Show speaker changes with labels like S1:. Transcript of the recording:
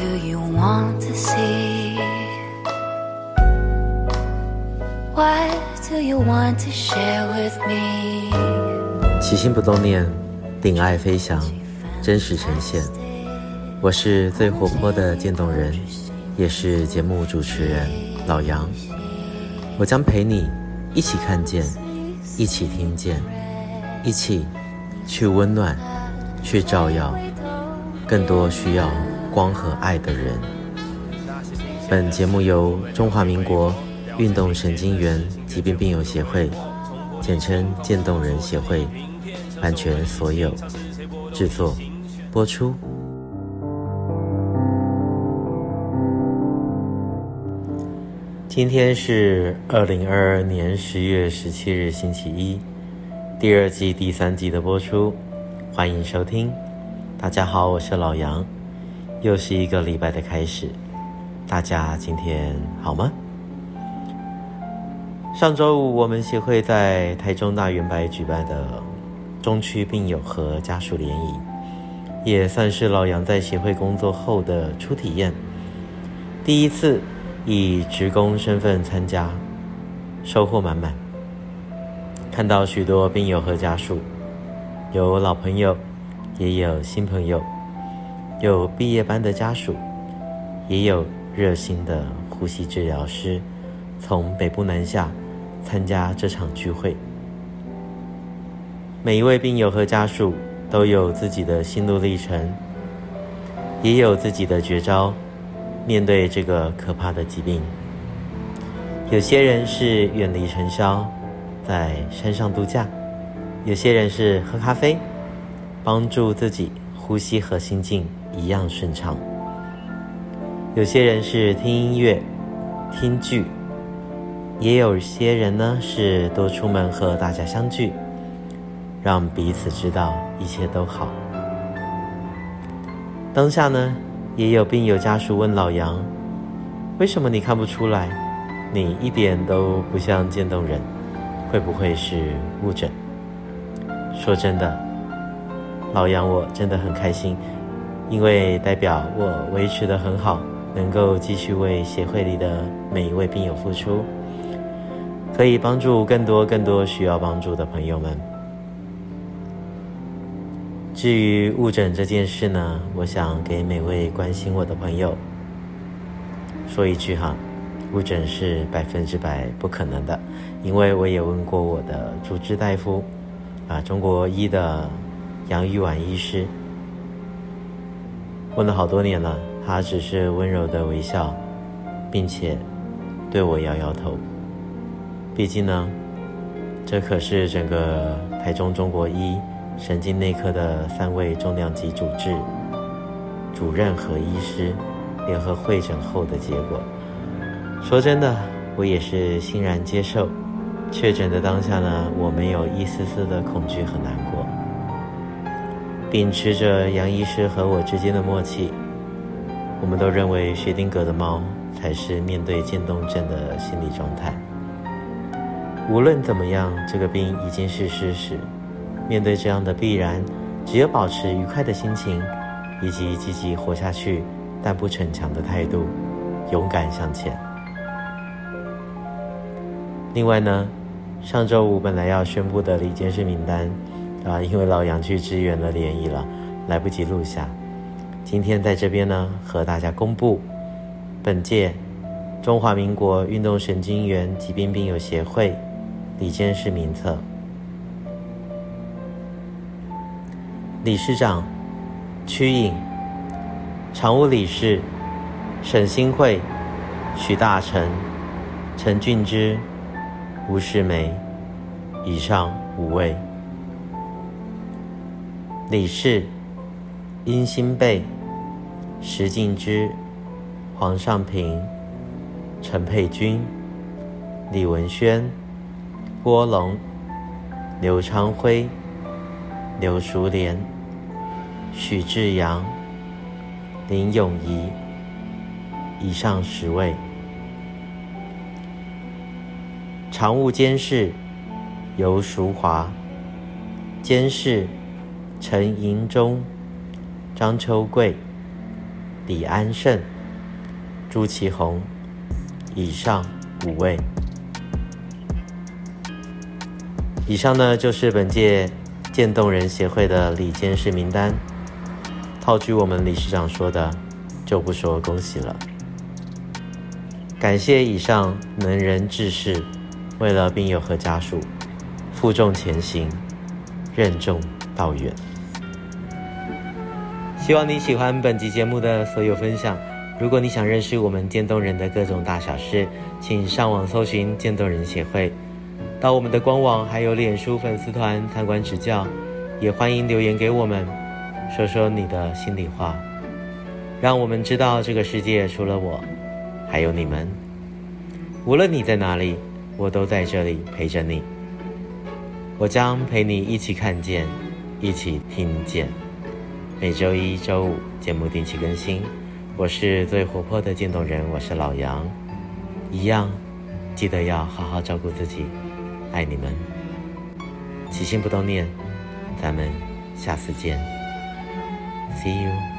S1: do you want to see? What do you want to share with me?
S2: 起心不动念，顶爱飞翔，真实呈现。我是最活泼的渐冻人，也是节目主持人老杨。我将陪你一起看见，一起听见，一起去温暖，去照耀更多需要光和爱的人。本节目由中华民国运动神经元疾病病友协会，简称渐冻人协会，版权所有，制作播出。今天是2022年10月17日星期一，第二季第3集的播出，欢迎收听。大家好，我是老杨，又是一个礼拜的开始，大家今天好吗？上周五，我们协会在台中大圆柏举办的中区病友和家属联谊，也算是老杨在协会工作后的初体验，第一次以职工身份参加，收获满满。看到许多病友和家属，有老朋友，也有新朋友，有毕业班的家属，也有热心的呼吸治疗师，从北部南下参加这场聚会。每一位病友和家属都有自己的心路历程，也有自己的绝招，面对这个可怕的疾病。有些人是远离尘嚣，在山上度假，有些人是喝咖啡，帮助自己呼吸和心境一样顺畅，有些人是听音乐听剧，也有些人呢是多出门和大家相聚，让彼此知道一切都好。当下呢，也有病友家属问老杨，为什么你看不出来？你一点都不像渐冻人，会不会是误诊？说真的，老杨我真的很开心，因为代表我维持得很好，能够继续为协会里的每一位病友付出，可以帮助更多需要帮助的朋友们。至于误诊这件事呢，我想给每位关心我的朋友说一句哈，误诊是100%不可能的，因为我也问过我的主治大夫中国医的杨玉婉医师，问了好多年了，他只是温柔的微笑，并且对我摇摇头。毕竟呢，这可是整个台中中国医神经内科的3位重量级主治主任和医师联合会诊后的结果。说真的，我也是欣然接受。确诊的当下呢，我没有一丝丝的恐惧和难过。秉持着杨医师和我之间的默契，我们都认为薛定谔的猫才是面对渐冻症的心理状态。无论怎么样，这个病已经是事实，面对这样的必然，只有保持愉快的心情，以及积极活下去但不逞强的态度，勇敢向前。另外呢，上周五本来要宣布的理监事名单因为老杨去支援了联谊了，来不及录下。今天在这边呢，和大家公布本届中华民国运动神经元疾病病友协会理监事名册。理事长屈颖，常务理事沈新慧、许大成、陈俊之、吴世梅，以上5位。理事殷新贝、石敬之、黄尚平、陈佩君、李文轩、郭龙、刘昌辉、刘淑莲、许志阳、林永仪，以上10位。常务监事游淑华，监事陈银忠、张秋贵、 李安胜、朱其宏，以上5位。以上呢就是本届渐冻人协会的理监事名单。套句我们理事长说的，就不说恭喜了。感谢以上能人志士，为了病友和家属，负重前行，任重道远。希望你喜欢本集节目的所有分享。如果你想认识我们渐冻人的各种大小事，请上网搜寻渐冻人协会，到我们的官网还有脸书粉丝团参观指教，也欢迎留言给我们，说说你的心里话，让我们知道这个世界除了我，还有你们。无论你在哪里，我都在这里陪着你。我将陪你一起看见，一起听见。每周一、周五节目定期更新。我是最活泼的渐冻人，我是老杨。一样，记得要好好照顾自己，爱你们。起心不动念，咱们下次见。See you.